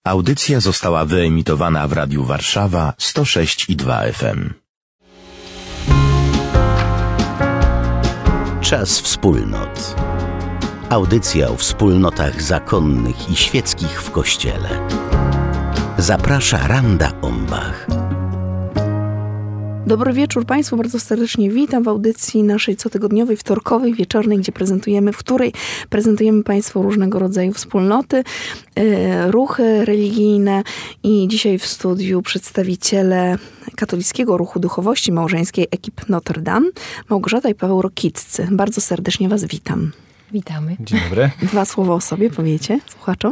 Audycja została wyemitowana w Radiu Warszawa 106,2 FM. Czas wspólnot. Audycja o wspólnotach zakonnych i świeckich w Kościele. Zaprasza Randa Ombach. Dobry wieczór Państwu, bardzo serdecznie witam w audycji naszej cotygodniowej, wtorkowej, wieczornej, w której prezentujemy Państwu różnego rodzaju wspólnoty, ruchy religijne i dzisiaj w studiu przedstawiciele katolickiego ruchu duchowości małżeńskiej Ekip Notre Dame, Małgorzata i Paweł Rokiccy. Bardzo serdecznie Was witam. Witamy. Dzień dobry. Dwa słowa o sobie powiecie słuchaczom.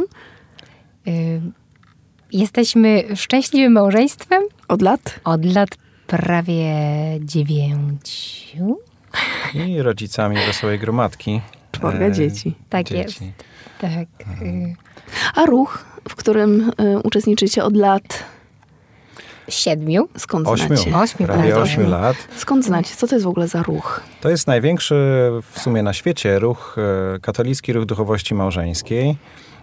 Jesteśmy szczęśliwym małżeństwem. Od lat? Od lat prawie 9. I rodzicami wesołej gromadki. 4 dzieci. Tak dzieci. jest. Tak. A ruch, w którym uczestniczycie od lat? 7. Skąd 8. znacie? 8, Prawie bardzo. 8 lat. Skąd znacie? Co to jest w ogóle za ruch? To jest największy w sumie na świecie ruch, katolicki ruch duchowości małżeńskiej.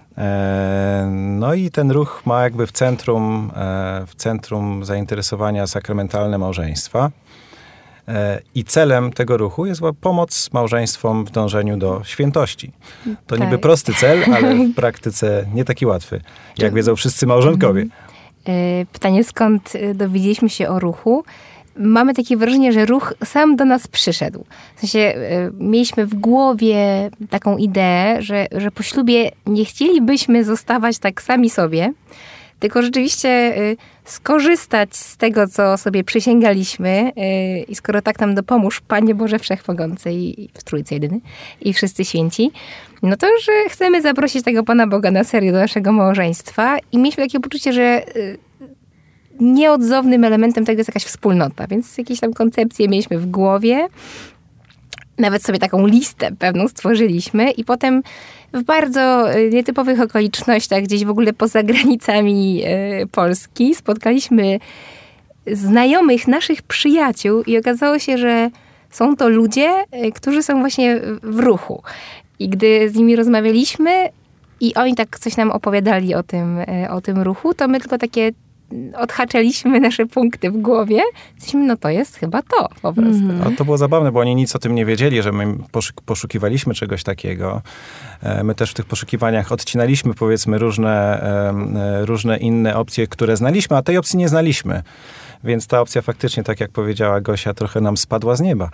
No i ten ruch ma jakby w centrum zainteresowania sakramentalne małżeństwa. I celem tego ruchu jest pomoc małżeństwom w dążeniu do świętości. To niby prosty cel, ale w praktyce nie taki łatwy, jak wiedzą wszyscy małżonkowie. Pytanie, skąd dowiedzieliśmy się o ruchu? Mamy takie wrażenie, że ruch sam do nas przyszedł. W sensie mieliśmy w głowie taką ideę, że po ślubie nie chcielibyśmy zostawać tak sami sobie, tylko rzeczywiście skorzystać z tego, co sobie przysięgaliśmy i skoro tak nam dopomóż Panie Boże Wszechmogący i w Trójcy Jedyny i wszyscy święci, no to, że chcemy zaprosić tego Pana Boga na serio do naszego małżeństwa i mieliśmy takie poczucie, że nieodzownym elementem tego jest jakaś wspólnota, więc jakieś tam koncepcje mieliśmy w głowie. Nawet sobie taką listę pewną stworzyliśmy i potem w bardzo nietypowych okolicznościach, gdzieś w ogóle poza granicami Polski, spotkaliśmy znajomych naszych przyjaciół i okazało się, że są to ludzie, którzy są właśnie w ruchu. I gdy z nimi rozmawialiśmy i oni tak coś nam opowiadali o tym ruchu, to my tylko takie odhaczaliśmy nasze punkty w głowie. No to jest chyba to po prostu. A to było zabawne, bo oni nic o tym nie wiedzieli, że my poszukiwaliśmy czegoś takiego. My też w tych poszukiwaniach odcinaliśmy, powiedzmy, różne inne opcje, które znaliśmy, a tej opcji nie znaliśmy. Więc ta opcja faktycznie, tak jak powiedziała Gosia, trochę nam spadła z nieba.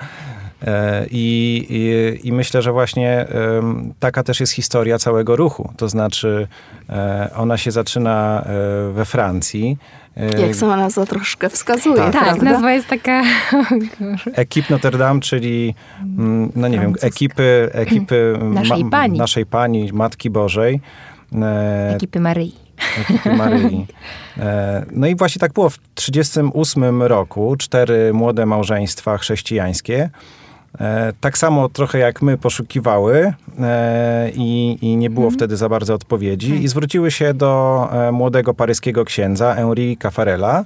I myślę, że właśnie taka też jest historia całego ruchu. To znaczy ona się zaczyna we Francji. Jak sama nazwa troszkę wskazuje. Tak, nazwa jest taka... Ekip Notre Dame, czyli no nie wiem, ekipy naszej Pani, Matki Bożej. Ekipy Maryi. Ekipy Maryi. No i właśnie tak było w 1938 roku. 4 młode małżeństwa chrześcijańskie. Tak samo trochę jak my poszukiwały i nie było wtedy za bardzo odpowiedzi i zwróciły się do młodego paryskiego księdza Henri Caffarela,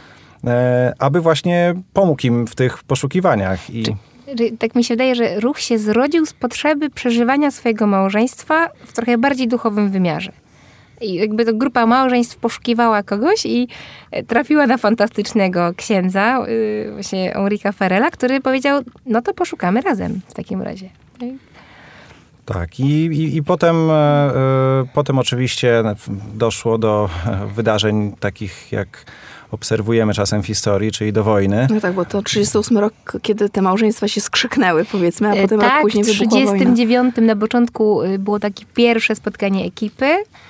aby właśnie pomógł im w tych poszukiwaniach. Tak mi się wydaje, że ruch się zrodził z potrzeby przeżywania swojego małżeństwa w trochę bardziej duchowym wymiarze. I jakby to grupa małżeństw poszukiwała kogoś i trafiła na fantastycznego księdza, właśnie Henri Caffarela, który powiedział, no to poszukamy razem w takim razie. Tak, i potem oczywiście doszło do wydarzeń takich, jak obserwujemy czasem w historii, czyli do wojny. No tak, bo to 38 rok, kiedy te małżeństwa się skrzyknęły, powiedzmy, a potem tak, rok później wybuchła wojna. w 1939 na początku było takie pierwsze spotkanie ekipy.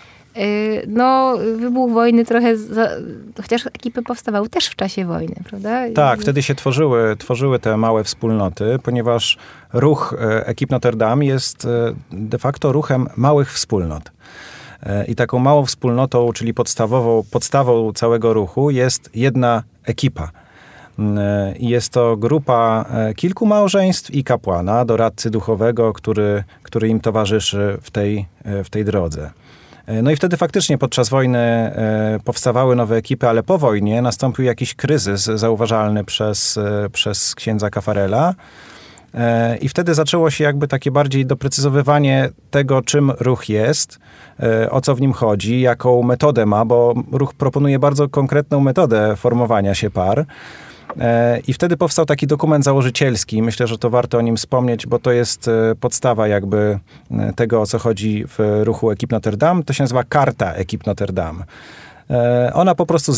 No, wybuch wojny trochę, chociaż ekipy powstawały też w czasie wojny, prawda? Tak, wtedy się tworzyły te małe wspólnoty, ponieważ ruch Ekip Notre Dame jest de facto ruchem małych wspólnot. I taką małą wspólnotą, czyli podstawą całego ruchu jest jedna ekipa. I jest to grupa kilku małżeństw i kapłana, doradcy duchowego, który im towarzyszy w tej drodze. No i wtedy faktycznie podczas wojny powstawały nowe ekipy, ale po wojnie nastąpił jakiś kryzys zauważalny przez księdza Caffarela. I wtedy zaczęło się jakby takie bardziej doprecyzowywanie tego, czym ruch jest, o co w nim chodzi, jaką metodę ma, bo ruch proponuje bardzo konkretną metodę formowania się par. I wtedy powstał taki dokument założycielski. Myślę, że to warto o nim wspomnieć, bo to jest podstawa jakby tego, o co chodzi w ruchu Equipe Notre Dame. To się nazywa Karta Equipe Notre Dame. Ona po prostu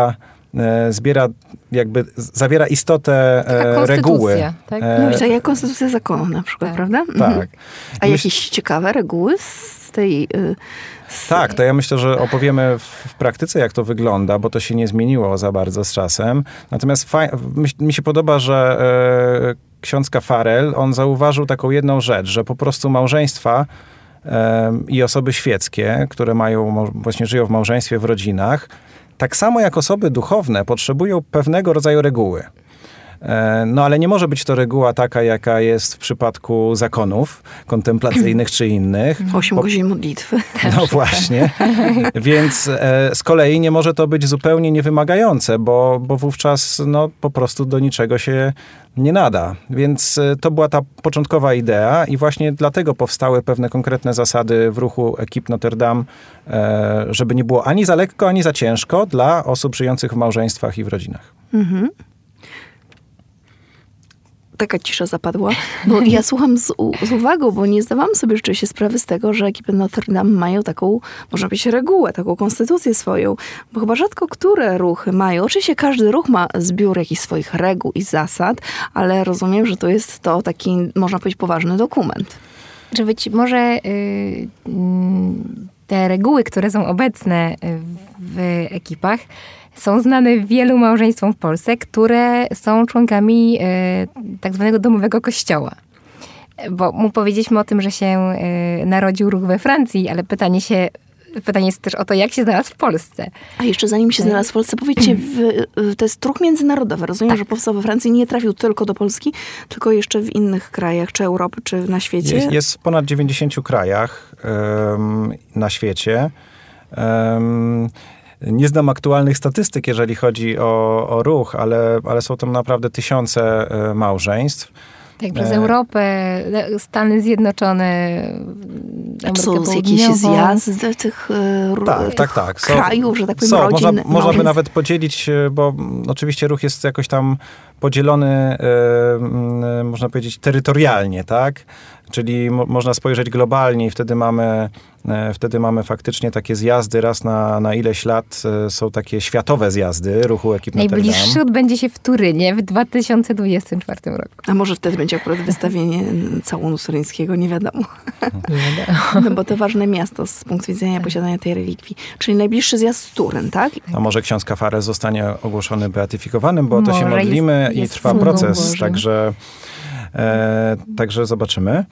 zawiera istotę reguły. Tak? No, jak konstytucja zakonu na przykład, Tak. prawda? Tak. A jakieś ciekawe reguły z tej... Tak, to ja myślę, że opowiemy w praktyce, jak to wygląda, bo to się nie zmieniło za bardzo z czasem. Natomiast mi się podoba, że ksiądz Kafarel, on zauważył taką jedną rzecz, że po prostu małżeństwa i osoby świeckie, które właśnie żyją w małżeństwie, w rodzinach, tak samo jak osoby duchowne potrzebują pewnego rodzaju reguły. No ale nie może być to reguła taka, jaka jest w przypadku zakonów kontemplacyjnych czy innych. 8 godzin modlitwy. No właśnie. Więc z kolei nie może to być zupełnie niewymagające, bo wówczas po prostu do niczego się nie nada. Więc to była ta początkowa idea i właśnie dlatego powstały pewne konkretne zasady w ruchu Equipe Notre Dame, żeby nie było ani za lekko, ani za ciężko dla osób żyjących w małżeństwach i w rodzinach. Mhm. Taka cisza zapadła, bo ja słucham z uwagą, bo nie zdawałam sobie rzeczywiście sprawy z tego, że Equipe Notre Dame mają taką, można powiedzieć, regułę, taką konstytucję swoją, bo chyba rzadko które ruchy mają. Oczywiście każdy ruch ma zbiór jakichś swoich reguł i zasad, ale rozumiem, że to jest to taki, można powiedzieć, poważny dokument. Że być może te reguły, które są obecne w ekipach, są znane wielu małżeństwom w Polsce, które są członkami tak zwanego domowego kościoła. Bo powiedzieliśmy o tym, że się narodził ruch we Francji, ale pytanie jest też o to, jak się znalazł w Polsce. A jeszcze zanim się znalazł w Polsce, powiedzcie, to jest ruch międzynarodowy. Rozumiem, Tak. że powstał we Francji, nie trafił tylko do Polski, tylko jeszcze w innych krajach, czy Europy, czy na świecie. Jest w ponad 90 krajach na świecie. Nie znam aktualnych statystyk, jeżeli chodzi o ruch, ale są tam naprawdę tysiące małżeństw. Tak, przez Europę, Stany Zjednoczone, Amerykę Są Południową. jakieś zjazdy tych Tak. krajów, że tak powiem, rodzin. Można by nawet podzielić, bo oczywiście ruch jest jakoś tam podzielony, można powiedzieć, terytorialnie, tak? Czyli można spojrzeć globalnie i wtedy mamy faktycznie takie zjazdy raz na ileś lat. Są takie światowe zjazdy ruchu Equipe Notre Dame. Najbliższy odbędzie się w Turynie w 2024 roku. A może wtedy będzie akurat wystawienie całunu turyńskiego, nie wiadomo. No bo to ważne miasto z punktu widzenia posiadania tej relikwii. Czyli najbliższy zjazd Turyn, tak? A może ksiądz Kafarel zostanie ogłoszony beatyfikowanym, bo o to się Może modlimy i jest trwa sługą proces, Bożym. także zobaczymy.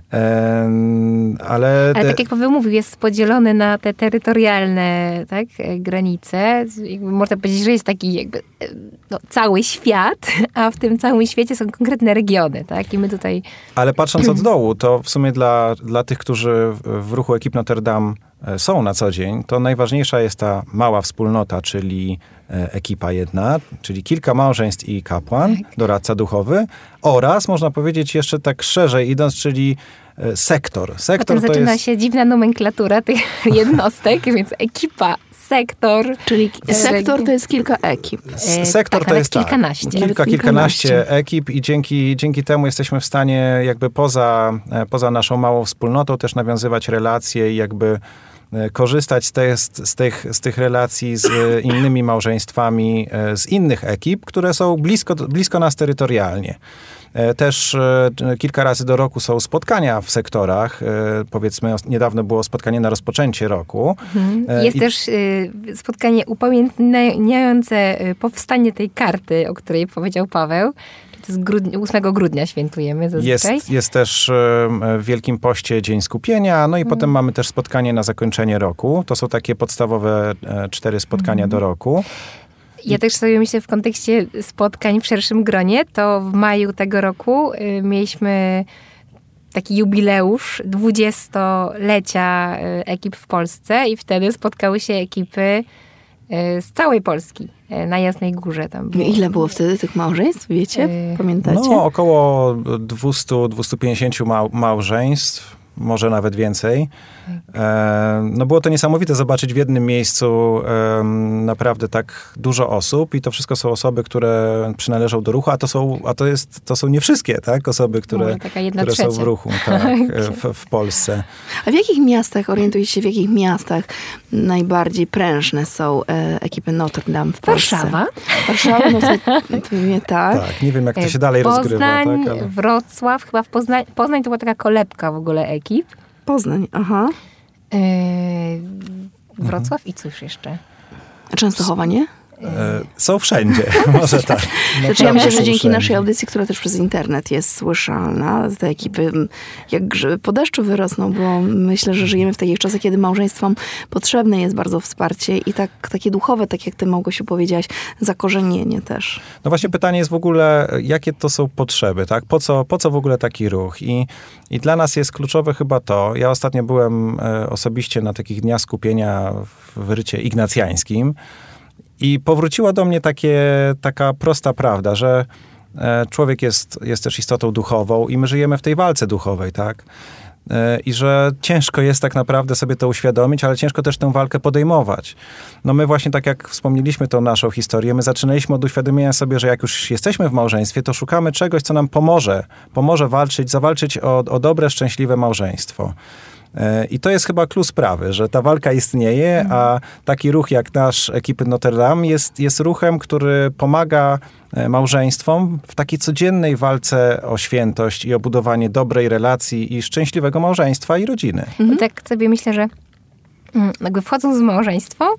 Ale tak jak Paweł mówił, jest podzielony na te terytorialne granice. Jakby można powiedzieć, że jest taki cały świat, a w tym całym świecie są konkretne regiony, tak? I my tutaj... Ale patrząc od dołu, to w sumie dla tych, którzy w ruchu Equipe Notre Dame są na co dzień, to najważniejsza jest ta mała wspólnota, czyli ekipa jedna, czyli kilka małżeństw i kapłan, doradca duchowy oraz, można powiedzieć jeszcze tak szerzej idąc, czyli sektor. Potem zaczyna się dziwna nomenklatura tych jednostek, więc ekipa, sektor. Czyli sektor to jest kilka ekip. Sektor to jest kilkanaście. Kilkanaście ekip i dzięki temu jesteśmy w stanie jakby poza naszą małą wspólnotą też nawiązywać relacje i jakby korzystać z tych relacji z innymi małżeństwami z innych ekip, które są blisko nas terytorialnie. Też kilka razy do roku są spotkania w sektorach. Powiedzmy, niedawno było spotkanie na rozpoczęcie roku. Jest też spotkanie upamiętniające powstanie tej karty, o której powiedział Paweł. To jest 8 grudnia świętujemy zazwyczaj. Jest też w Wielkim Poście Dzień Skupienia, no i potem mamy też spotkanie na zakończenie roku. To są takie podstawowe 4 spotkania do roku. Ja też sobie myślę w kontekście spotkań w szerszym gronie, to w maju tego roku mieliśmy taki jubileusz 20-lecia ekip w Polsce i wtedy spotkały się ekipy z całej Polski, na Jasnej Górze tam było. Ile było wtedy tych małżeństw, wiecie? Pamiętacie? No, około 200-250 małżeństw, może nawet więcej. No było to niesamowite zobaczyć w jednym miejscu naprawdę tak dużo osób i to wszystko są osoby, które przynależą do ruchu, to są nie wszystkie, tak? Osoby, które są w ruchu w Polsce. A w jakich miastach, orientujecie się, w jakich miastach najbardziej prężne są ekipy Notre Dame w Polsce? Warszawa, no to pewnie tak. Tak, nie wiem jak to się dalej rozgrywa. Tak, ale... Wrocław, chyba Poznań to była taka kolebka w ogóle ekip. Poznań, aha. Wrocław i cóż jeszcze? Częstochowa, nie? Są wszędzie, może tak. Znaczy ja myślę, że dzięki naszej audycji, która też przez internet jest słyszalna, te ekipy jak grzyby po deszczu wyrosną, bo myślę, że żyjemy w takich czasach, kiedy małżeństwom potrzebne jest bardzo wsparcie i takie duchowe, tak jak ty, Małgosiu, powiedziałaś, zakorzenienie też. No właśnie pytanie jest w ogóle, jakie to są potrzeby, tak? Po co w ogóle taki ruch? I dla nas jest kluczowe chyba to, ja ostatnio byłem osobiście na takich dniach skupienia w rycie ignacjańskim, i powróciła do mnie taka prosta prawda, że człowiek jest też istotą duchową i my żyjemy w tej walce duchowej, tak? I że ciężko jest tak naprawdę sobie to uświadomić, ale ciężko też tę walkę podejmować. No my właśnie tak jak wspomnieliśmy tą naszą historię, my zaczynaliśmy od uświadomienia sobie, że jak już jesteśmy w małżeństwie, to szukamy czegoś, co nam pomoże zawalczyć o dobre, szczęśliwe małżeństwo. I to jest chyba klucz sprawy, że ta walka istnieje, a taki ruch jak nasz ekipy Notre Dame jest ruchem, który pomaga małżeństwom w takiej codziennej walce o świętość i o budowanie dobrej relacji i szczęśliwego małżeństwa i rodziny. Bo tak sobie myślę, że jakby wchodząc w małżeństwo,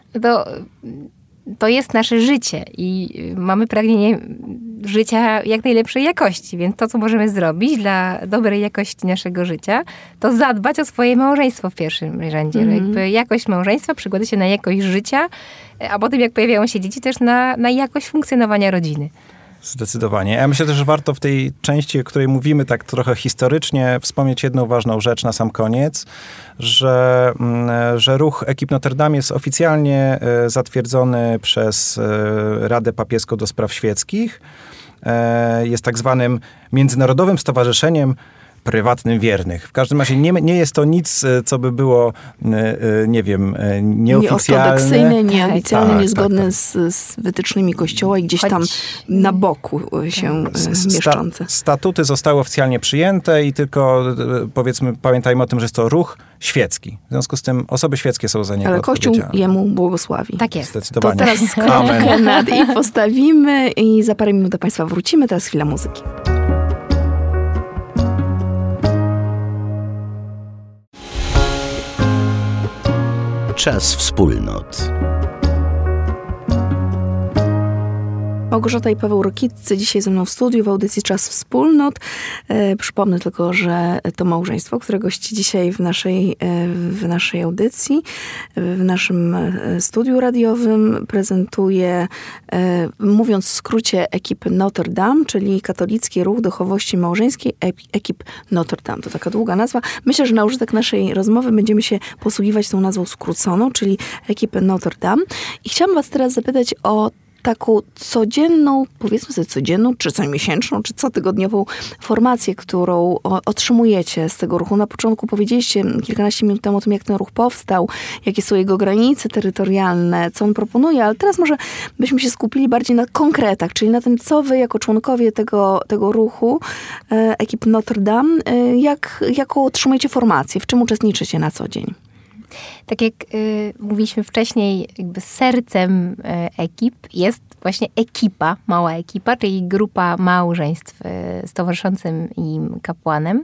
to jest nasze życie i mamy pragnienie życia jak najlepszej jakości, więc to, co możemy zrobić dla dobrej jakości naszego życia, to zadbać o swoje małżeństwo w pierwszym rzędzie. Jakby jakość małżeństwa przekłada się na jakość życia, a potem jak pojawiają się dzieci, też na jakość funkcjonowania rodziny. Zdecydowanie. Ja myślę też, że warto w tej części, o której mówimy tak trochę historycznie, wspomnieć jedną ważną rzecz na sam koniec, że ruch ekip Notre Dame jest oficjalnie zatwierdzony przez Radę Papieską do Spraw Świeckich. Jest tak zwanym Międzynarodowym Stowarzyszeniem Prywatnym Wiernych. W każdym razie nie jest to nic, co by było, nie wiem, nieoficjalne. Nieortodoksyjne, nieoficjalne, niezgodne z wytycznymi Kościoła i gdzieś tam na boku się mieszczące. Statuty zostały oficjalnie przyjęte i tylko, powiedzmy, pamiętajmy o tym, że jest to ruch świecki. W związku z tym osoby świeckie są za niego odpowiedzialne. Ale Kościół jemu błogosławi. Tak jest. Zdecydowanie. To teraz kropkę nad i postawimy i za parę minut do Państwa wrócimy. Teraz chwila muzyki. Czas wspólnot. Małgorzata i Paweł Rokiccy dzisiaj ze mną w studiu w audycji Czas Wspólnot. Przypomnę tylko, że to małżeństwo, które gości dzisiaj w naszej audycji, w naszym studiu radiowym prezentuje, mówiąc w skrócie, ekipy Notre Dame, czyli katolicki ruch duchowości małżeńskiej ekip Notre Dame. To taka długa nazwa. Myślę, że na użytek naszej rozmowy będziemy się posługiwać tą nazwą skróconą, czyli ekipy Notre Dame. I chciałam was teraz zapytać o taką codzienną, powiedzmy sobie codzienną, czy comiesięczną, czy cotygodniową formację, którą otrzymujecie z tego ruchu. Na początku powiedzieliście kilkanaście minut temu o tym, jak ten ruch powstał, jakie są jego granice terytorialne, co on proponuje, ale teraz może byśmy się skupili bardziej na konkretach, czyli na tym, co wy jako członkowie tego ruchu, ekip Notre Dame, jaką otrzymujecie formację, w czym uczestniczycie na co dzień? Tak jak mówiliśmy wcześniej, jakby sercem ekip jest właśnie ekipa, mała ekipa, czyli grupa małżeństw z towarzyszącym im kapłanem.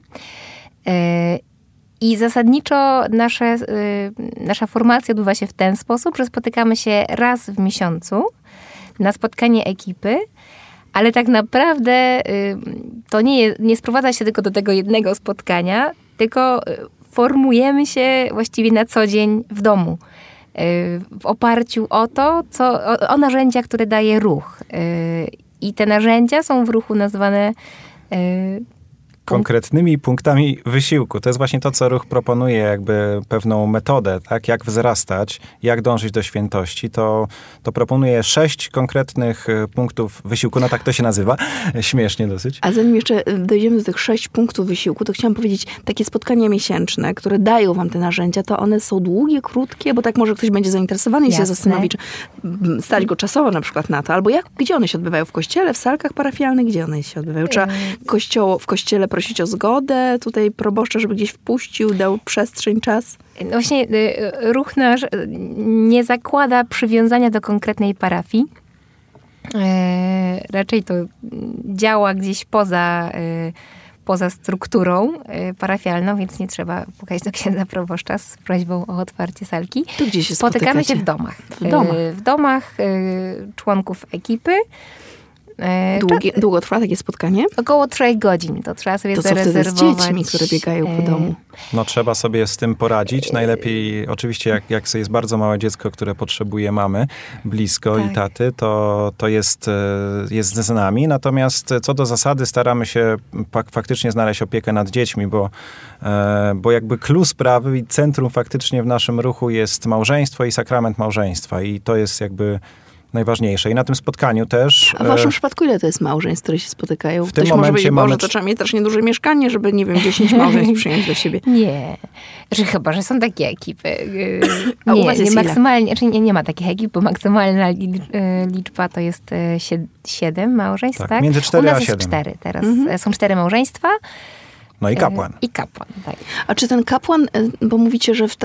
I zasadniczo nasza formacja odbywa się w ten sposób, że spotykamy się raz w miesiącu na spotkanie ekipy, ale tak naprawdę to nie sprowadza się tylko do tego jednego spotkania, tylko formujemy się właściwie na co dzień w domu. W oparciu o to, o narzędzia, które daje ruch. I te narzędzia są w ruchu nazwane konkretnymi punktami wysiłku. To jest właśnie to, co ruch proponuje, jakby pewną metodę, tak? Jak wzrastać, jak dążyć do świętości. To proponuje 6 konkretnych punktów wysiłku. No tak to się nazywa. Śmiesznie dosyć. A zanim jeszcze dojdziemy do tych 6 punktów wysiłku, to chciałam powiedzieć, takie spotkania miesięczne, które dają wam te narzędzia, to one są długie, krótkie, bo tak może ktoś będzie zainteresowany i się zastanowi, czy stać go czasowo na przykład na to, albo gdzie one się odbywają? W kościele, w salkach parafialnych? Gdzie one się odbywają? Trzeba w kościele prosić o zgodę, tutaj proboszcza, żeby gdzieś wpuścił, dał przestrzeń, czas? No właśnie ruch nasz nie zakłada przywiązania do konkretnej parafii. Raczej to działa gdzieś poza strukturą parafialną, więc nie trzeba pukać do księdza proboszcza z prośbą o otwarcie salki. To gdzie się Spotykamy się w domach. W domach członków ekipy. Długo trwa takie spotkanie? Około 3 godzin. To trzeba sobie zarezerwować. To co wtedy z dziećmi, które biegają po domu? No trzeba sobie z tym poradzić. Najlepiej oczywiście jak jest bardzo małe dziecko, które potrzebuje mamy blisko i taty, to jest z nami. Natomiast co do zasady staramy się faktycznie znaleźć opiekę nad dziećmi, bo jakby clue sprawy i centrum faktycznie w naszym ruchu jest małżeństwo i sakrament małżeństwa. I to jest jakby najważniejsze. I na tym spotkaniu też... A w waszym przypadku ile to jest małżeństw, które się spotykają? W tym momencie może to trzeba mieć też nieduże mieszkanie, żeby, 10 małżeństw przyjąć do siebie. Nie. Chyba, że są takie ekipy. A u was jest maksymalnie, nie ma takich ekip, bo maksymalna liczba to jest 7 małżeństw, tak? Między 4 a 7. U nas jest 4 teraz. Są 4 małżeństwa. No i kapłan. I kapłan, tak. A czy ten kapłan, bo mówicie, że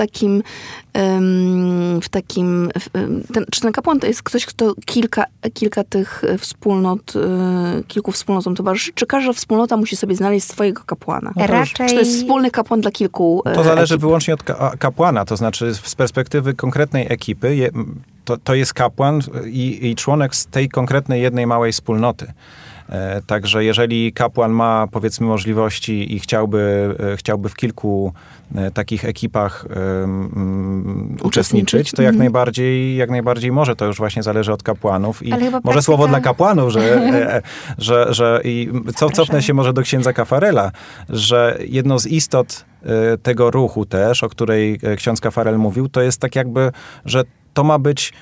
czy ten kapłan to jest ktoś, kto kilka tych wspólnot, kilku wspólnotom towarzyszy, czy każda wspólnota musi sobie znaleźć swojego kapłana? Raczej... Czy to jest wspólny kapłan dla kilku To zależy ekip? wyłącznie od kapłana, to znaczy z perspektywy konkretnej ekipy to jest kapłan i członek z tej konkretnej jednej małej wspólnoty. Także jeżeli kapłan ma, powiedzmy, możliwości i chciałby w kilku takich ekipach uczestniczyć, to jak najbardziej może. To już właśnie zależy od kapłanów. I może słowo dla kapłanów, że cofnę się może do księdza Kafarela, że jedną z istot tego ruchu też, o której ksiądz Kafarel mówił, to jest tak jakby, że to ma być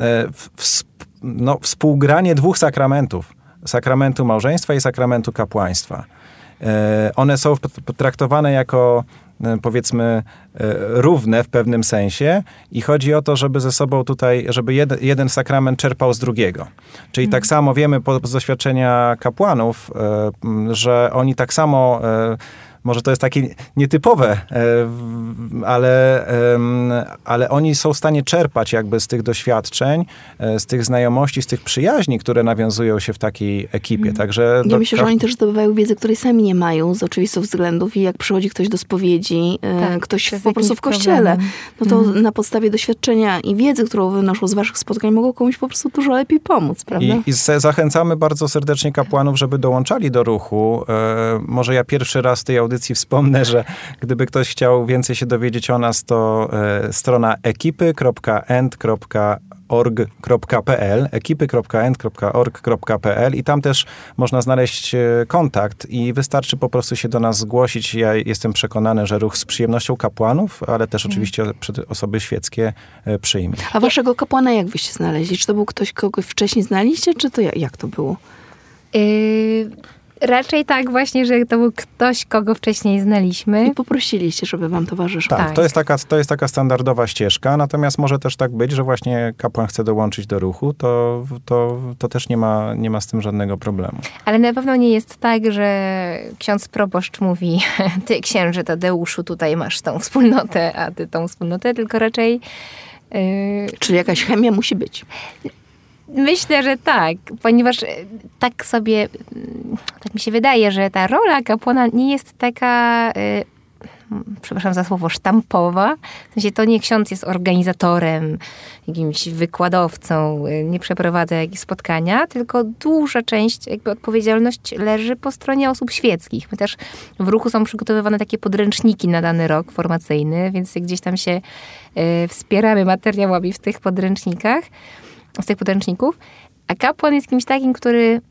współgranie 2 sakramentów. Sakramentu małżeństwa i sakramentu kapłaństwa. One są traktowane jako, powiedzmy, równe w pewnym sensie i chodzi o to, żeby ze sobą żeby jeden sakrament czerpał z drugiego. Czyli tak samo wiemy z doświadczenia kapłanów, że oni tak samo... Może to jest takie nietypowe, ale oni są w stanie czerpać jakby z tych doświadczeń, z tych znajomości, z tych przyjaźni, które nawiązują się w takiej ekipie. Także ja myślę, że oni też zdobywają wiedzę, której sami nie mają z oczywistych względów i jak przychodzi ktoś do spowiedzi, ktoś po prostu w kościele, no to na podstawie doświadczenia i wiedzy, którą wynoszą z waszych spotkań, mogą komuś po prostu dużo lepiej pomóc, prawda? I zachęcamy bardzo serdecznie kapłanów, żeby dołączali do ruchu. Może ja pierwszy raz tej audycji wspomnę, że gdyby ktoś chciał więcej się dowiedzieć o nas, to strona ekipy.end.org.pl i tam też można znaleźć kontakt i wystarczy po prostu się do nas zgłosić. Ja jestem przekonany, że ruch z przyjemnością kapłanów, ale też oczywiście osoby świeckie przyjmie. A waszego kapłana jak wyście znaleźli? Czy to był ktoś, kogo wcześniej znaliście, czy to jak to było? Raczej tak właśnie, że to był ktoś, kogo wcześniej znaliśmy. I poprosiliście, żeby wam towarzyszył. Tak. To jest taka standardowa ścieżka, natomiast może też tak być, że właśnie kapłan chce dołączyć do ruchu, to też nie ma z tym żadnego problemu. Ale na pewno nie jest tak, że ksiądz proboszcz mówi, ty księże Tadeuszu, tutaj masz tą wspólnotę, a ty tą wspólnotę, tylko raczej... Czyli jakaś chemia musi być. Myślę, że tak, ponieważ tak mi się wydaje, że ta rola kapłana nie jest taka, przepraszam za słowo, sztampowa. W sensie to nie ksiądz jest organizatorem, jakimś wykładowcą, nie przeprowadza jakichś spotkania, tylko duża część jakby odpowiedzialność leży po stronie osób świeckich. My też w ruchu są przygotowywane takie podręczniki na dany rok formacyjny, więc gdzieś tam się wspieramy materiałami w tych podręcznikach, z tych podręczników, a kapłan jest kimś takim, który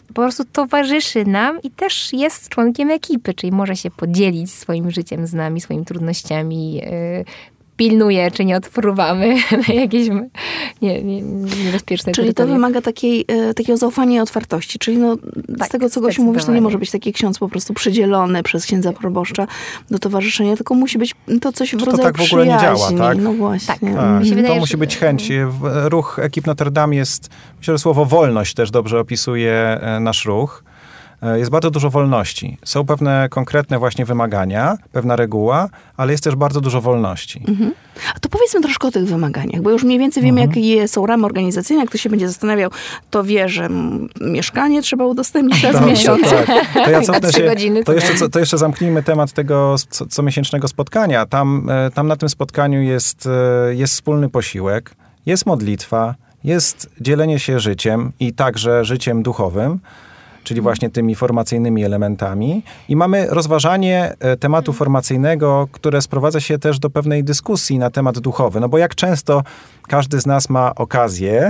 po prostu towarzyszy nam i też jest członkiem ekipy, czyli może się podzielić swoim życiem z nami, swoimi trudnościami, pilnuje, czy nie odpruwamy na jakieś niebezpieczne Czyli to wymaga takiego zaufania i otwartości. Czyli z tego, co Gosiu mówisz, to nie może być taki ksiądz po prostu przydzielony przez księdza proboszcza do towarzyszenia, tylko musi być to coś w rodzaju tak w ogóle nie działa, przyjaźni. tak? No właśnie. Tak. Tak, Mi się wydaje, to musi być chęć. Ruch Ekip Notre Dame jest, myślę, że słowo wolność też dobrze opisuje nasz ruch. Jest bardzo dużo wolności. Są pewne konkretne właśnie wymagania, pewna reguła, ale jest też bardzo dużo wolności. A to powiedzmy troszkę o tych wymaganiach, bo już mniej więcej wiemy, jakie są ramy organizacyjne. Jak ktoś się będzie zastanawiał, to wie, że mieszkanie trzeba udostępnić raz w miesiącu. Tak. To ja cofnę 3 się, godziny, to jeszcze zamknijmy temat tego comiesięcznego spotkania. Tam na tym spotkaniu jest wspólny posiłek, jest modlitwa, jest dzielenie się życiem i także życiem duchowym, czyli właśnie tymi formacyjnymi elementami. I mamy rozważanie tematu formacyjnego, które sprowadza się też do pewnej dyskusji na temat duchowy. No bo jak często każdy z nas ma okazję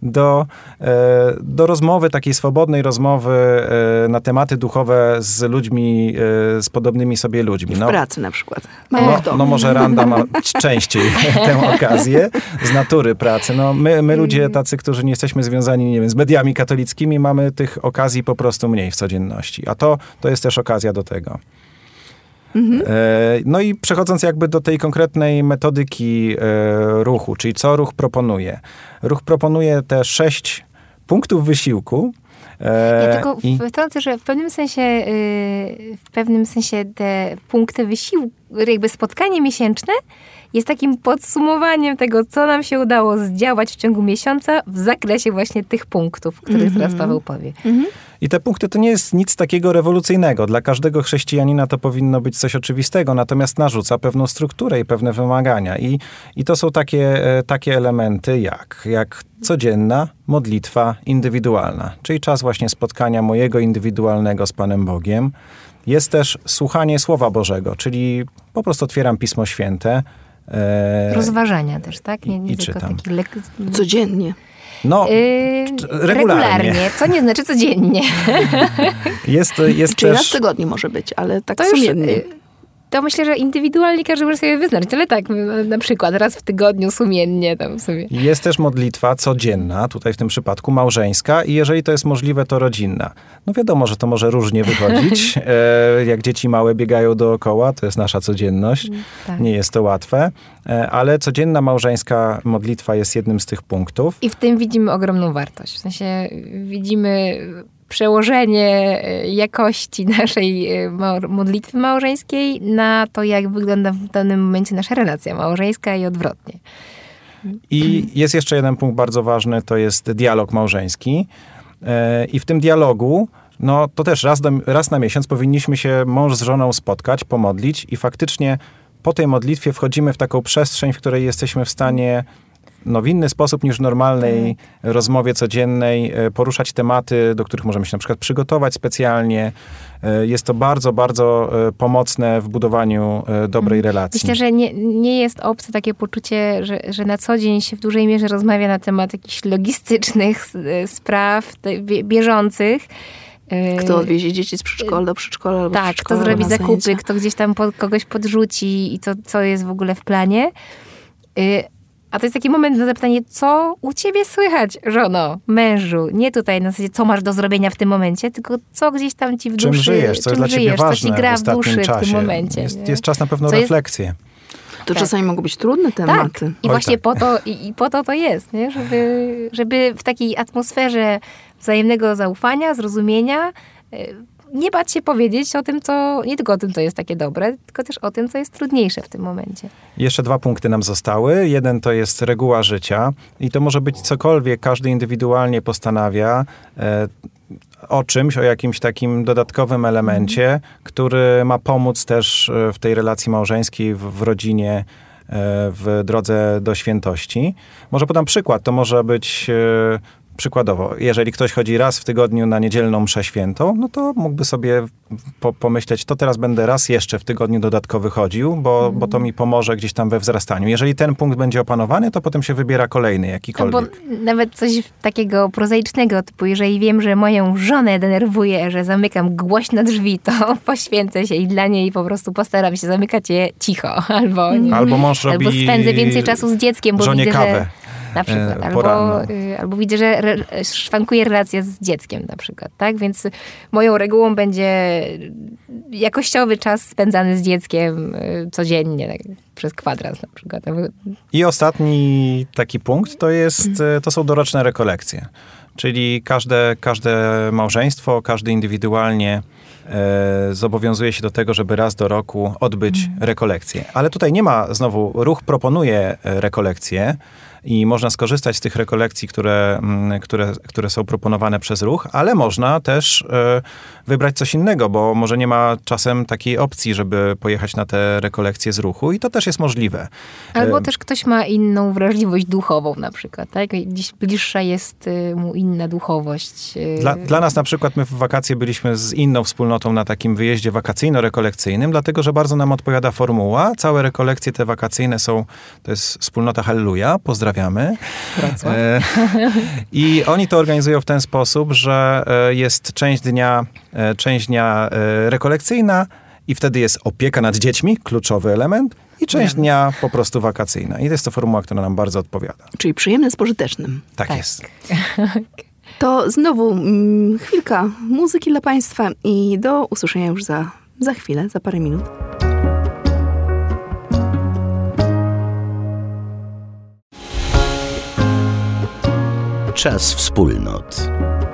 do rozmowy, takiej swobodnej rozmowy na tematy duchowe z ludźmi, z podobnymi sobie ludźmi. W pracy na przykład. No może Randa ma częściej tę okazję z natury pracy. No my ludzie tacy, którzy nie jesteśmy związani, nie wiem, z mediami katolickimi, mamy tych okazji po prostu mniej w codzienności. A to jest też okazja do tego. No i przechodząc jakby do tej konkretnej metodyki ruchu, czyli co ruch proponuje. Ruch proponuje te 6 punktów wysiłku. Ja tylko wtrącę, że w pewnym sensie te punkty wysiłku, jakby spotkanie miesięczne jest takim podsumowaniem tego, co nam się udało zdziałać w ciągu miesiąca w zakresie właśnie tych punktów, o których teraz Paweł powie. I te punkty to nie jest nic takiego rewolucyjnego. Dla każdego chrześcijanina to powinno być coś oczywistego, natomiast narzuca pewną strukturę i pewne wymagania. I to są takie elementy jak codzienna modlitwa indywidualna, czyli czas właśnie spotkania mojego indywidualnego z Panem Bogiem. Jest też słuchanie Słowa Bożego, czyli po prostu otwieram Pismo Święte. Rozważania też, tak? Nie i tylko czytam. Codziennie. No, regularnie. Co nie znaczy codziennie. Jest Czyli też... raz w tygodniu może być, ale tak To już, sumiennie. to myślę, że indywidualnie każdy może sobie wyznać, ale tak, na przykład raz w tygodniu sumiennie tam sobie. Jest też modlitwa codzienna, tutaj w tym przypadku małżeńska i jeżeli to jest możliwe, to rodzinna. No wiadomo, że to może różnie wychodzić. Jak dzieci małe biegają dookoła, to jest nasza codzienność. Tak. Nie jest to łatwe, ale codzienna małżeńska modlitwa jest jednym z tych punktów. I w tym widzimy ogromną wartość. W sensie widzimy przełożenie jakości naszej modlitwy małżeńskiej na to, jak wygląda w danym momencie nasza relacja małżeńska i odwrotnie. I jest jeszcze jeden punkt bardzo ważny, to jest dialog małżeński. I w tym dialogu, no to też raz na miesiąc powinniśmy się mąż z żoną spotkać, pomodlić i faktycznie po tej modlitwie wchodzimy w taką przestrzeń, w której jesteśmy w stanie w inny sposób niż w normalnej rozmowie codziennej poruszać tematy, do których możemy się na przykład przygotować specjalnie. Jest to bardzo, bardzo pomocne w budowaniu dobrej relacji. Myślę, że nie jest obce takie poczucie, że na co dzień się w dużej mierze rozmawia na temat jakichś logistycznych spraw bieżących. Kto odwiezie dzieci z przedszkola do przedszkola albo tak, kto zrobi zakupy, kto gdzieś tam kogoś podrzuci i co jest w ogóle w planie. A to jest taki moment na zapytanie, co u ciebie słychać, żono, mężu? Nie tutaj na zasadzie, co masz do zrobienia w tym momencie, tylko co gdzieś tam ci w duszy... Czym żyjesz, co jest dla ciebie ważne co ci gra w duszy czasie. w tym momencie. Jest czas na pewną refleksję. To czasami mogą być trudne tematy. Tak. I właśnie po to jest, nie? Żeby w takiej atmosferze wzajemnego zaufania, zrozumienia nie bać się powiedzieć o tym, nie tylko o tym, co jest takie dobre, tylko też o tym, co jest trudniejsze w tym momencie. Jeszcze 2 punkty nam zostały. Jeden to jest reguła życia i to może być cokolwiek, każdy indywidualnie postanawia o czymś, o jakimś takim dodatkowym elemencie, który ma pomóc też w tej relacji małżeńskiej, w rodzinie, w drodze do świętości. Może podam przykład. To może być Przykładowo, jeżeli ktoś chodzi raz w tygodniu na niedzielną mszę świętą, no to mógłby sobie pomyśleć, to teraz będę raz jeszcze w tygodniu dodatkowy chodził, bo to mi pomoże gdzieś tam we wzrastaniu. Jeżeli ten punkt będzie opanowany, to potem się wybiera kolejny, jakikolwiek. No bo nawet coś takiego prozaicznego, typu jeżeli wiem, że moją żonę denerwuje, że zamykam głośno drzwi, to poświęcę się i dla niej po prostu postaram się zamykać je cicho. Albo mąż robi albo spędzę więcej czasu z dzieckiem, bo żonie widzę, kawę. że na przykład. Albo widzę, że szwankuje relacja z dzieckiem na przykład, tak? Więc moją regułą będzie jakościowy czas spędzany z dzieckiem codziennie, tak, przez kwadrans na przykład. I ostatni taki punkt to są doroczne rekolekcje. Czyli każde małżeństwo, każdy indywidualnie zobowiązuje się do tego, żeby raz do roku odbyć rekolekcję. Ale tutaj nie ma, znowu, ruch proponuje rekolekcje i można skorzystać z tych rekolekcji, które są proponowane przez ruch, ale można też wybrać coś innego, bo może nie ma czasem takiej opcji, żeby pojechać na te rekolekcje z ruchu i to też jest możliwe. Albo też ktoś ma inną wrażliwość duchową na przykład, tak? Dziś bliższa jest mu inna duchowość. Dla nas na przykład my w wakacje byliśmy z inną wspólnotą na takim wyjeździe wakacyjno-rekolekcyjnym, dlatego, że bardzo nam odpowiada formuła. Całe rekolekcje te wakacyjne to jest wspólnota Halleluja, pozdrawiamy. I oni to organizują w ten sposób, że jest część dnia rekolekcyjna i wtedy jest opieka nad dziećmi, kluczowy element, i część dnia po prostu wakacyjna. I to jest to formuła, która nam bardzo odpowiada. Czyli przyjemne z pożytecznym. Tak jest. To znowu chwilka muzyki dla Państwa i do usłyszenia już za chwilę, za parę minut. Czas wspólnot.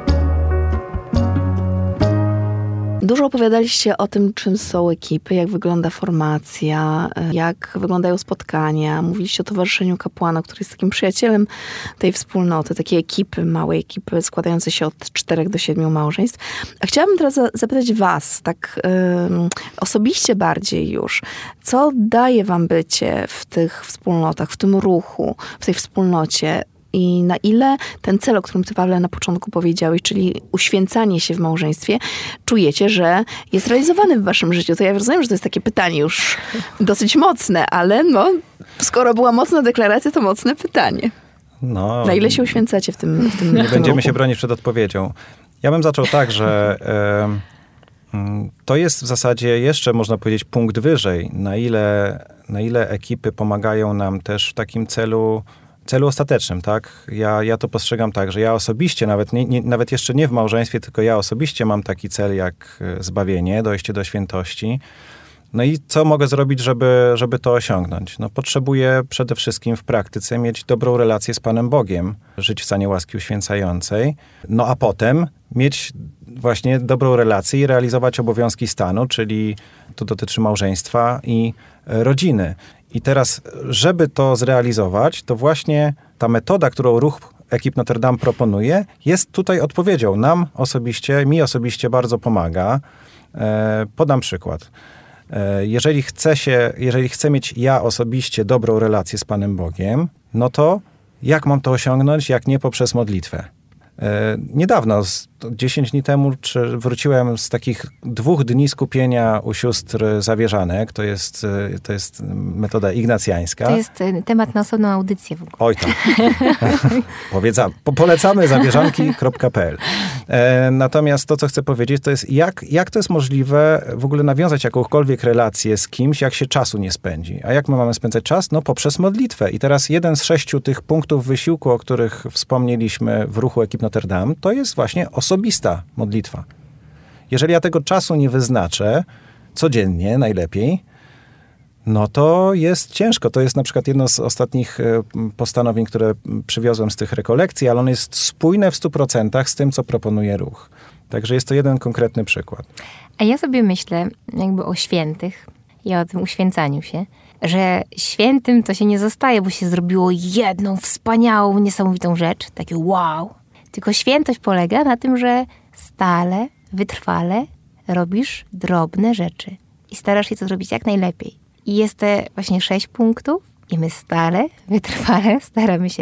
Dużo opowiadaliście o tym, czym są ekipy, jak wygląda formacja, jak wyglądają spotkania. Mówiliście o towarzyszeniu kapłana, który jest takim przyjacielem tej wspólnoty, takiej ekipy, małej ekipy składającej się od 4 do 7 małżeństw. A chciałabym teraz zapytać was, tak osobiście bardziej już, co daje wam bycie w tych wspólnotach, w tym ruchu, w tej wspólnocie? I na ile ten cel, o którym ty, Pawle, na początku powiedziałeś, czyli uświęcanie się w małżeństwie, czujecie, że jest realizowany w waszym życiu? To ja rozumiem, że to jest takie pytanie już dosyć mocne, ale skoro była mocna deklaracja, to mocne pytanie. Na ile się uświęcacie w tym Nie będziemy ruchu? się bronić przed odpowiedzią. Ja bym zaczął tak, że to jest w zasadzie jeszcze, można powiedzieć, punkt wyżej. Na ile ekipy pomagają nam też w takim celu ostatecznym, tak? Ja to postrzegam tak, że ja osobiście, nawet jeszcze nie w małżeństwie, tylko ja osobiście mam taki cel jak zbawienie, dojście do świętości. No i co mogę zrobić, żeby to osiągnąć? Potrzebuję przede wszystkim w praktyce mieć dobrą relację z Panem Bogiem, żyć w stanie łaski uświęcającej, a potem mieć właśnie dobrą relację i realizować obowiązki stanu, czyli to dotyczy małżeństwa i rodziny. I teraz, żeby to zrealizować, to właśnie ta metoda, którą ruch ekip Notre Dame proponuje, jest tutaj odpowiedzią. Mi osobiście bardzo pomaga. Podam przykład. Jeżeli chcę mieć ja osobiście dobrą relację z Panem Bogiem, no to jak mam to osiągnąć, jak nie poprzez modlitwę? Niedawno, 10 dni temu, wróciłem z takich 2 dni skupienia u sióstr Zawierzanek. To jest metoda ignacjańska. To jest temat na osobną audycję w ogóle. Oj tak. Polecamy zawierzanki.pl. Natomiast to, co chcę powiedzieć, to jest jak to jest możliwe w ogóle nawiązać jakąkolwiek relację z kimś, jak się czasu nie spędzi. A jak my mamy spędzać czas? Poprzez modlitwę. I teraz jeden z 6 tych punktów wysiłku, o których wspomnieliśmy w ruchu ekip Notre Dame, to jest właśnie osobista modlitwa. Jeżeli ja tego czasu nie wyznaczę, codziennie najlepiej, to jest ciężko. To jest na przykład jedno z ostatnich postanowień, które przywiozłem z tych rekolekcji, ale ono jest spójne w 100% z tym, co proponuje ruch. Także jest to jeden konkretny przykład. A ja sobie myślę jakby o świętych i o tym uświęcaniu się, że świętym to się nie zostaje, bo się zrobiło jedną wspaniałą, niesamowitą rzecz, takie wow. Tylko świętość polega na tym, że stale, wytrwale robisz drobne rzeczy i starasz się to zrobić jak najlepiej. I jest te właśnie 6 punktów i my stale, wytrwale staramy się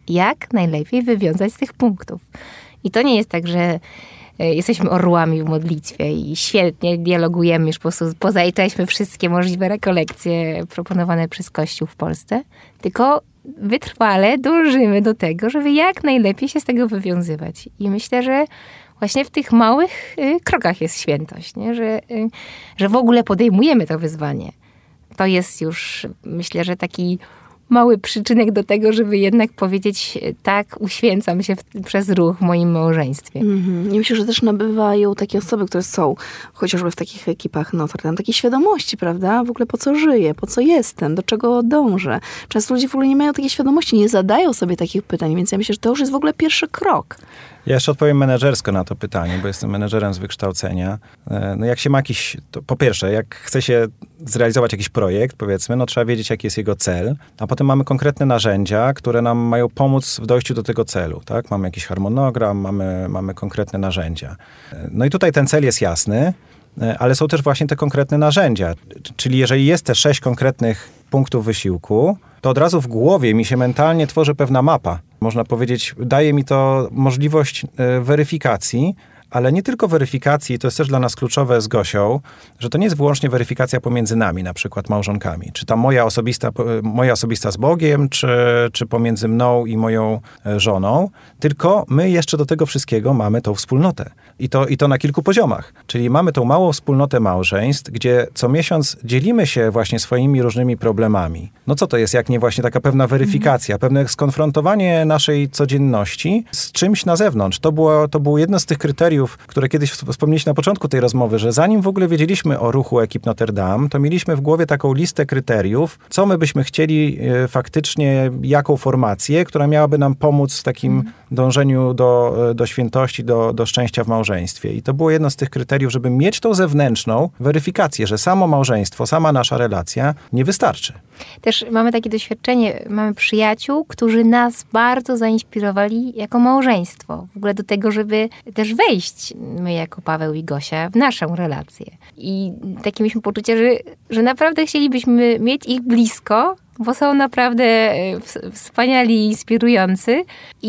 jak najlepiej wywiązać z tych punktów. I to nie jest tak, że jesteśmy orłami w modlitwie i świetnie dialogujemy, już po prostu pozaliczaliśmy wszystkie możliwe rekolekcje proponowane przez Kościół w Polsce, tylko wytrwale dążymy do tego, żeby jak najlepiej się z tego wywiązywać. I myślę, że właśnie w tych małych krokach jest świętość, nie? Że w ogóle podejmujemy to wyzwanie. To jest już, myślę, że taki mały przyczynek do tego, żeby jednak powiedzieć, tak, uświęcam się przez ruch w moim małżeństwie. I myślę, że też nabywają takie osoby, które są chociażby w takich ekipach Notre Dame, takiej świadomości, prawda? W ogóle po co żyję, po co jestem, do czego dążę. Często ludzie w ogóle nie mają takiej świadomości, nie zadają sobie takich pytań, więc ja myślę, że to już jest w ogóle pierwszy krok. Ja jeszcze odpowiem menedżersko na to pytanie, bo jestem menedżerem z wykształcenia. No jak się ma jakiś, to po pierwsze, jak chce się zrealizować jakiś projekt, powiedzmy, no trzeba wiedzieć, jaki jest jego cel, a potem mamy konkretne narzędzia, które nam mają pomóc w dojściu do tego celu, tak? Mamy jakiś harmonogram, mamy konkretne narzędzia. No i tutaj ten cel jest jasny, ale są też właśnie te konkretne narzędzia. Czyli jeżeli jest te 6 konkretnych punktów wysiłku, to od razu w głowie mi się mentalnie tworzy pewna mapa. Można powiedzieć, daje mi to możliwość weryfikacji, ale nie tylko weryfikacji, to jest też dla nas kluczowe z Gosią, że to nie jest wyłącznie weryfikacja pomiędzy nami, na przykład małżonkami. Czy ta moja osobista z Bogiem, czy pomiędzy mną i moją żoną, tylko my jeszcze do tego wszystkiego mamy tą wspólnotę. I to na kilku poziomach. Czyli mamy tą małą wspólnotę małżeństw, gdzie co miesiąc dzielimy się właśnie swoimi różnymi problemami. No co to jest, jak nie właśnie taka pewna weryfikacja, pewne skonfrontowanie naszej codzienności z czymś na zewnątrz. To było jedno z tych kryteriów, które kiedyś wspomnieliśmy na początku tej rozmowy, że zanim w ogóle wiedzieliśmy o ruchu ekip Notre Dame, to mieliśmy w głowie taką listę kryteriów, co my byśmy chcieli faktycznie, jaką formację, która miałaby nam pomóc w takim dążeniu do świętości, do szczęścia w małżeństwie. I to było jedno z tych kryteriów, żeby mieć tą zewnętrzną weryfikację, że samo małżeństwo, sama nasza relacja nie wystarczy. Też mamy takie doświadczenie, mamy przyjaciół, którzy nas bardzo zainspirowali jako małżeństwo. W ogóle do tego, żeby też wejść, my jako Paweł i Gosia, w naszą relację. I takie mieliśmy poczucie, że naprawdę chcielibyśmy mieć ich blisko, bo są naprawdę wspaniali, inspirujący.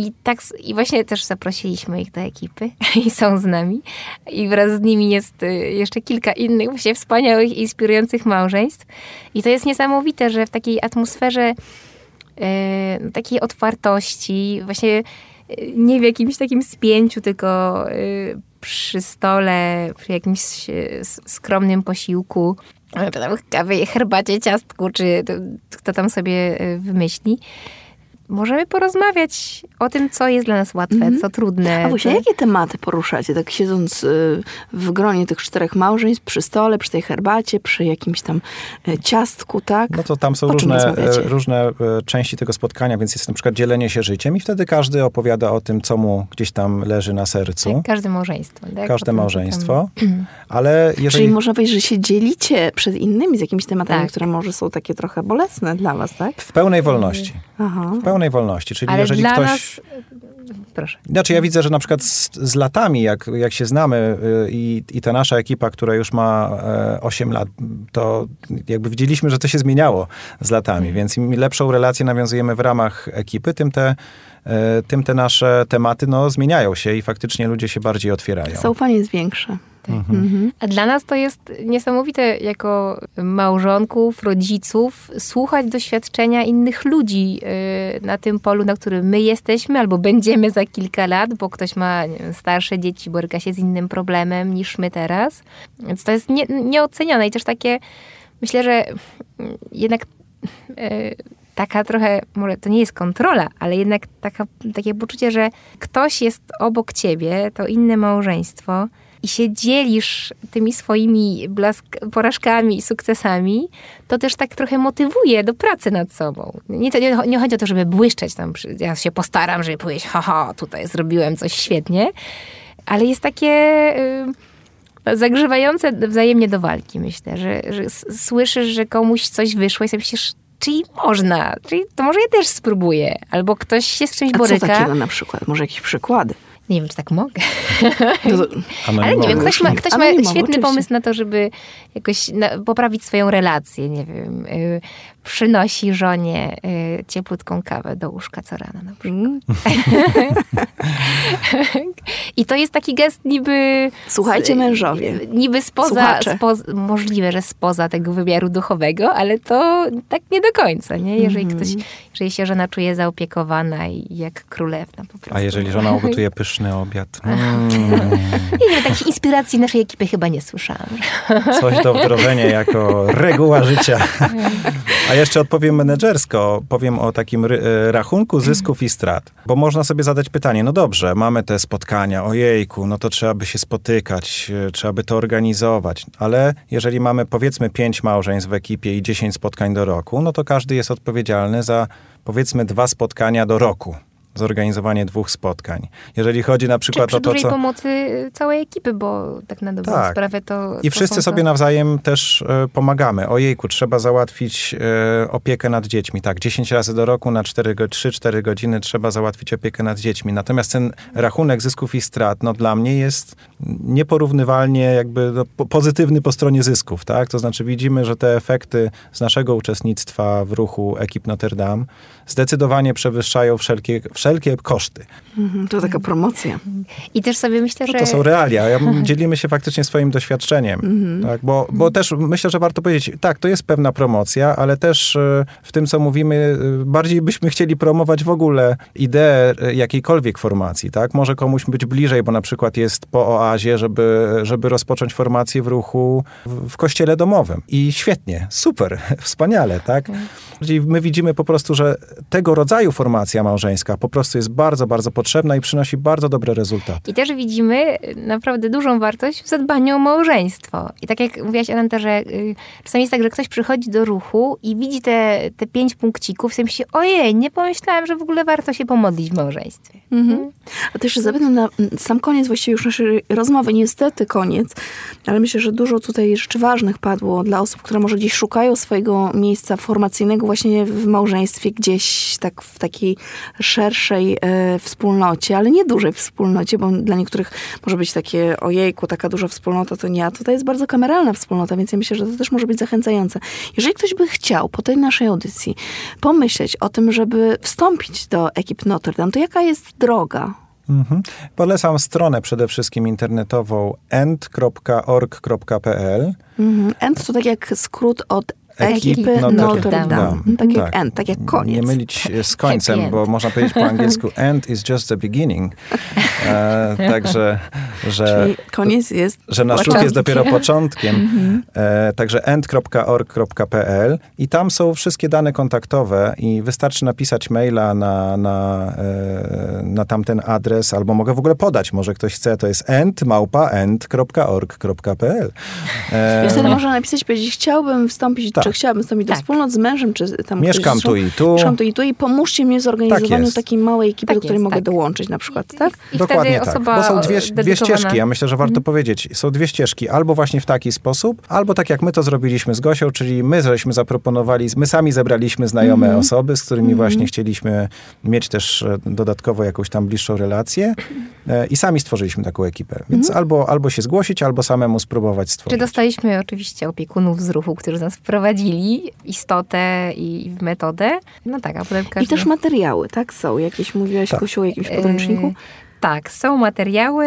I właśnie też zaprosiliśmy ich do ekipy i są z nami. I wraz z nimi jest jeszcze kilka innych właśnie wspaniałych, inspirujących małżeństw. I to jest niesamowite, że w takiej atmosferze takiej otwartości, właśnie nie w jakimś takim spięciu, tylko przy stole, przy jakimś skromnym posiłku, kawie, herbacie, ciastku, czy kto tam sobie wymyśli. Możemy porozmawiać o tym, co jest dla nas łatwe, co trudne. A właśnie, jakie tematy poruszacie, tak siedząc w gronie tych 4 małżeństw, przy stole, przy tej herbacie, przy jakimś tam ciastku, tak? No to tam są różne części tego spotkania, więc jest na przykład dzielenie się życiem i wtedy każdy opowiada o tym, co mu gdzieś tam leży na sercu. Tak, każde małżeństwo. Tak? Każde małżeństwo. Ale jeżeli... Czyli można powiedzieć, że się dzielicie przed innymi z jakimiś tematami, które może są takie trochę bolesne dla was, tak? W pełnej wolności. Aha. W pełnej wolności, czyli ale jeżeli dla ktoś... nas... Proszę. Znaczy ja widzę, że na przykład z latami, jak się znamy i ta nasza ekipa, która już ma 8 lat, to jakby widzieliśmy, że to się zmieniało z latami, więc im lepszą relację nawiązujemy w ramach ekipy, tym te nasze tematy zmieniają się i faktycznie ludzie się bardziej otwierają. Zaufanie jest większe. A dla nas to jest niesamowite jako małżonków, rodziców, słuchać doświadczenia innych ludzi na tym polu, na którym my jesteśmy albo będziemy za kilka lat, bo ktoś ma starsze dzieci, boryka się z innym problemem niż my teraz. Więc to jest nieocenione i też takie, myślę, że jednak taka trochę, może to nie jest kontrola, ale jednak takie poczucie, że ktoś jest obok ciebie, to inne małżeństwo, i się dzielisz tymi swoimi porażkami i sukcesami, to też tak trochę motywuje do pracy nad sobą. Nie chodzi o to, żeby błyszczeć tam, ja się postaram, żeby powiedzieć, haha, tutaj zrobiłem coś świetnie, ale jest takie zagrzewające wzajemnie do walki, myślę, że słyszysz, że komuś coś wyszło i sobie myślisz, czyli to może ja też spróbuję, albo ktoś się z czymś boryka. Co takiego na przykład? Może jakieś przykłady? Nie wiem, czy tak mogę. Anonimowo. Ale nie wiem, ktoś ma Anonimowo, świetny oczywiście. pomysł na to, żeby jakoś poprawić swoją relację, nie wiem. Przynosi żonie cieplutką kawę do łóżka co rano na przykład. I to jest taki gest niby... Słuchajcie, mężowie. Niby Słuchacze. możliwe, że spoza tego wymiaru duchowego, ale to tak nie do końca, nie? Jeżeli się żona czuje zaopiekowana i jak królewna po prostu. A jeżeli żona ugotuje pyszny obiad? Nie wiem, takiej inspiracji naszej ekipy chyba nie słyszałam. Coś do wdrożenia jako reguła życia. A jeszcze odpowiem menedżersko. Powiem o takim rachunku zysków i strat. Bo można sobie zadać pytanie, no dobrze, mamy te spotkania, ojejku, no to trzeba by się spotykać, trzeba by to organizować. Ale jeżeli mamy powiedzmy 5 małżeństw w ekipie i 10 spotkań do roku, no to każdy jest odpowiedzialny za powiedzmy 2 spotkania do roku. Zorganizowanie 2 spotkań. Jeżeli chodzi na przykład Przy o to, dużej co... pomocy całej ekipy, bo tak na dobrą sprawę to... I wszyscy sobie nawzajem też pomagamy. Ojejku, trzeba załatwić opiekę nad dziećmi. Tak, 10 razy do roku na 3-4 godziny trzeba załatwić opiekę nad dziećmi. Natomiast ten rachunek zysków i strat, no dla mnie jest nieporównywalnie jakby pozytywny po stronie zysków, tak? To znaczy widzimy, że te efekty z naszego uczestnictwa w ruchu ekip Notre Dame zdecydowanie przewyższają wszelkie koszty. To taka promocja. I też sobie myślę, że... To są realia. Dzielimy się faktycznie swoim doświadczeniem. Tak? Bo też myślę, że warto powiedzieć, tak, to jest pewna promocja, ale też w tym, co mówimy, bardziej byśmy chcieli promować w ogóle ideę jakiejkolwiek formacji. Tak? Może komuś być bliżej, bo na przykład jest po oazie, żeby rozpocząć formację w ruchu w kościele domowym. I świetnie, super, wspaniale. Tak? My widzimy po prostu, że tego rodzaju formacja małżeńska po prostu jest bardzo, bardzo potrzebna i przynosi bardzo dobre rezultaty. I też widzimy naprawdę dużą wartość w zadbaniu o małżeństwo. I tak jak mówiłaś, Aneta, że czasami jest tak, że ktoś przychodzi do ruchu i widzi te 5 punkcików, sobie myśli, ojej, nie pomyślałam, że w ogóle warto się pomodlić w małżeństwie. A też zapytam na sam koniec właściwie już naszej rozmowy, niestety koniec, ale myślę, że dużo tutaj rzeczy ważnych padło dla osób, które może gdzieś szukają swojego miejsca formacyjnego właśnie w małżeństwie, gdzieś tak w takiej szerszej wspólnocie, ale nie dużej wspólnocie, bo dla niektórych może być takie, ojejku, taka duża wspólnota, to nie, a tutaj jest bardzo kameralna wspólnota, więc ja myślę, że to też może być zachęcające. Jeżeli ktoś by chciał po tej naszej audycji pomyśleć o tym, żeby wstąpić do ekip Notre Dame, to jaka jest droga? Polecam stronę przede wszystkim internetową end.org.pl. End to tak jak skrót od Ekipy Notre Dame. Tak jak tak. end, tak jak koniec. Nie mylić z końcem, bo można powiedzieć po angielsku end is just the beginning. Także, Czyli koniec jest że nasz ruch jest dopiero początkiem. Także end.org.pl i tam są wszystkie dane kontaktowe i wystarczy napisać maila na tamten adres, albo mogę w ogóle podać, może ktoś chce, to jest end.org.pl. I wtedy można napisać, powiedzieć, chciałbym wstąpić, czy chciałabym wstąpić do wspólnot z mężem, czy tam mieszkam tu i tu. Mieszkam tu i tu i pomóżcie mi w zorganizowaniu takiej małej ekipy, do której mogę dołączyć na przykład, tak? I dokładnie wtedy tak, bo są dwie ścieżki, ja myślę, że warto powiedzieć. Są 2 ścieżki, albo właśnie w taki sposób, albo tak jak my to zrobiliśmy z Gosią, czyli my żeśmy zaproponowali, my sami zebraliśmy znajome osoby, z którymi właśnie chcieliśmy mieć też dodatkowo jakąś tam bliższą relację i sami stworzyliśmy taką ekipę. Więc albo się zgłosić, albo samemu spróbować stworzyć. Czy dostaliśmy oczywiście opiekunów z ruchu, którzy nas wprowadzili w istotę i w metodę. No tak, a potem każdy... I też materiały, tak? Są jakieś, mówiłaś, Kosiu, o jakimś podręczniku? Tak, są materiały,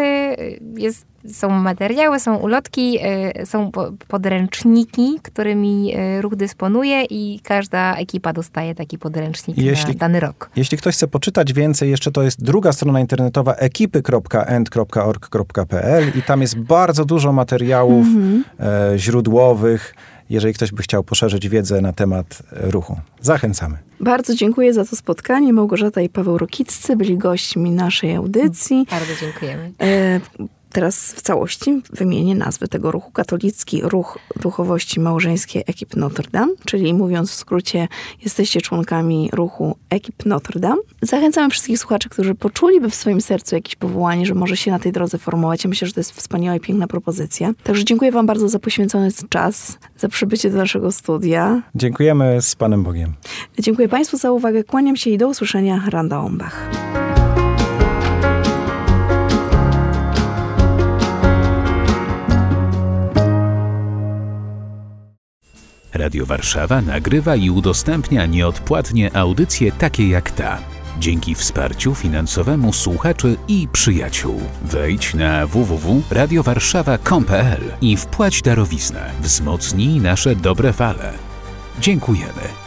są ulotki, są podręczniki, którymi ruch dysponuje i każda ekipa dostaje taki podręcznik na dany rok. Jeśli ktoś chce poczytać więcej, jeszcze to jest druga strona internetowa ekipy.end.org.pl i tam jest bardzo dużo materiałów źródłowych, jeżeli ktoś by chciał poszerzyć wiedzę na temat ruchu. Zachęcamy. Bardzo dziękuję za to spotkanie. Małgorzata i Paweł Rokiccy byli gośćmi naszej audycji. Bardzo dziękujemy. Teraz w całości wymienię nazwy tego ruchu. Katolicki Ruch Duchowości Małżeńskiej Ekip Notre Dame, czyli mówiąc w skrócie, jesteście członkami ruchu Ekip Notre Dame. Zachęcamy wszystkich słuchaczy, którzy poczuliby w swoim sercu jakieś powołanie, że może się na tej drodze formować. Ja myślę, że to jest wspaniała i piękna propozycja. Także dziękuję wam bardzo za poświęcony czas, za przybycie do naszego studia. Dziękujemy z Panem Bogiem. Dziękuję państwu za uwagę. Kłaniam się i do usłyszenia. Randa Ombach. Radio Warszawa nagrywa i udostępnia nieodpłatnie audycje takie jak ta. Dzięki wsparciu finansowemu słuchaczy i przyjaciół. Wejdź na www.radiowarszawa.com.pl i wpłać darowiznę. Wzmocnij nasze dobre fale. Dziękujemy.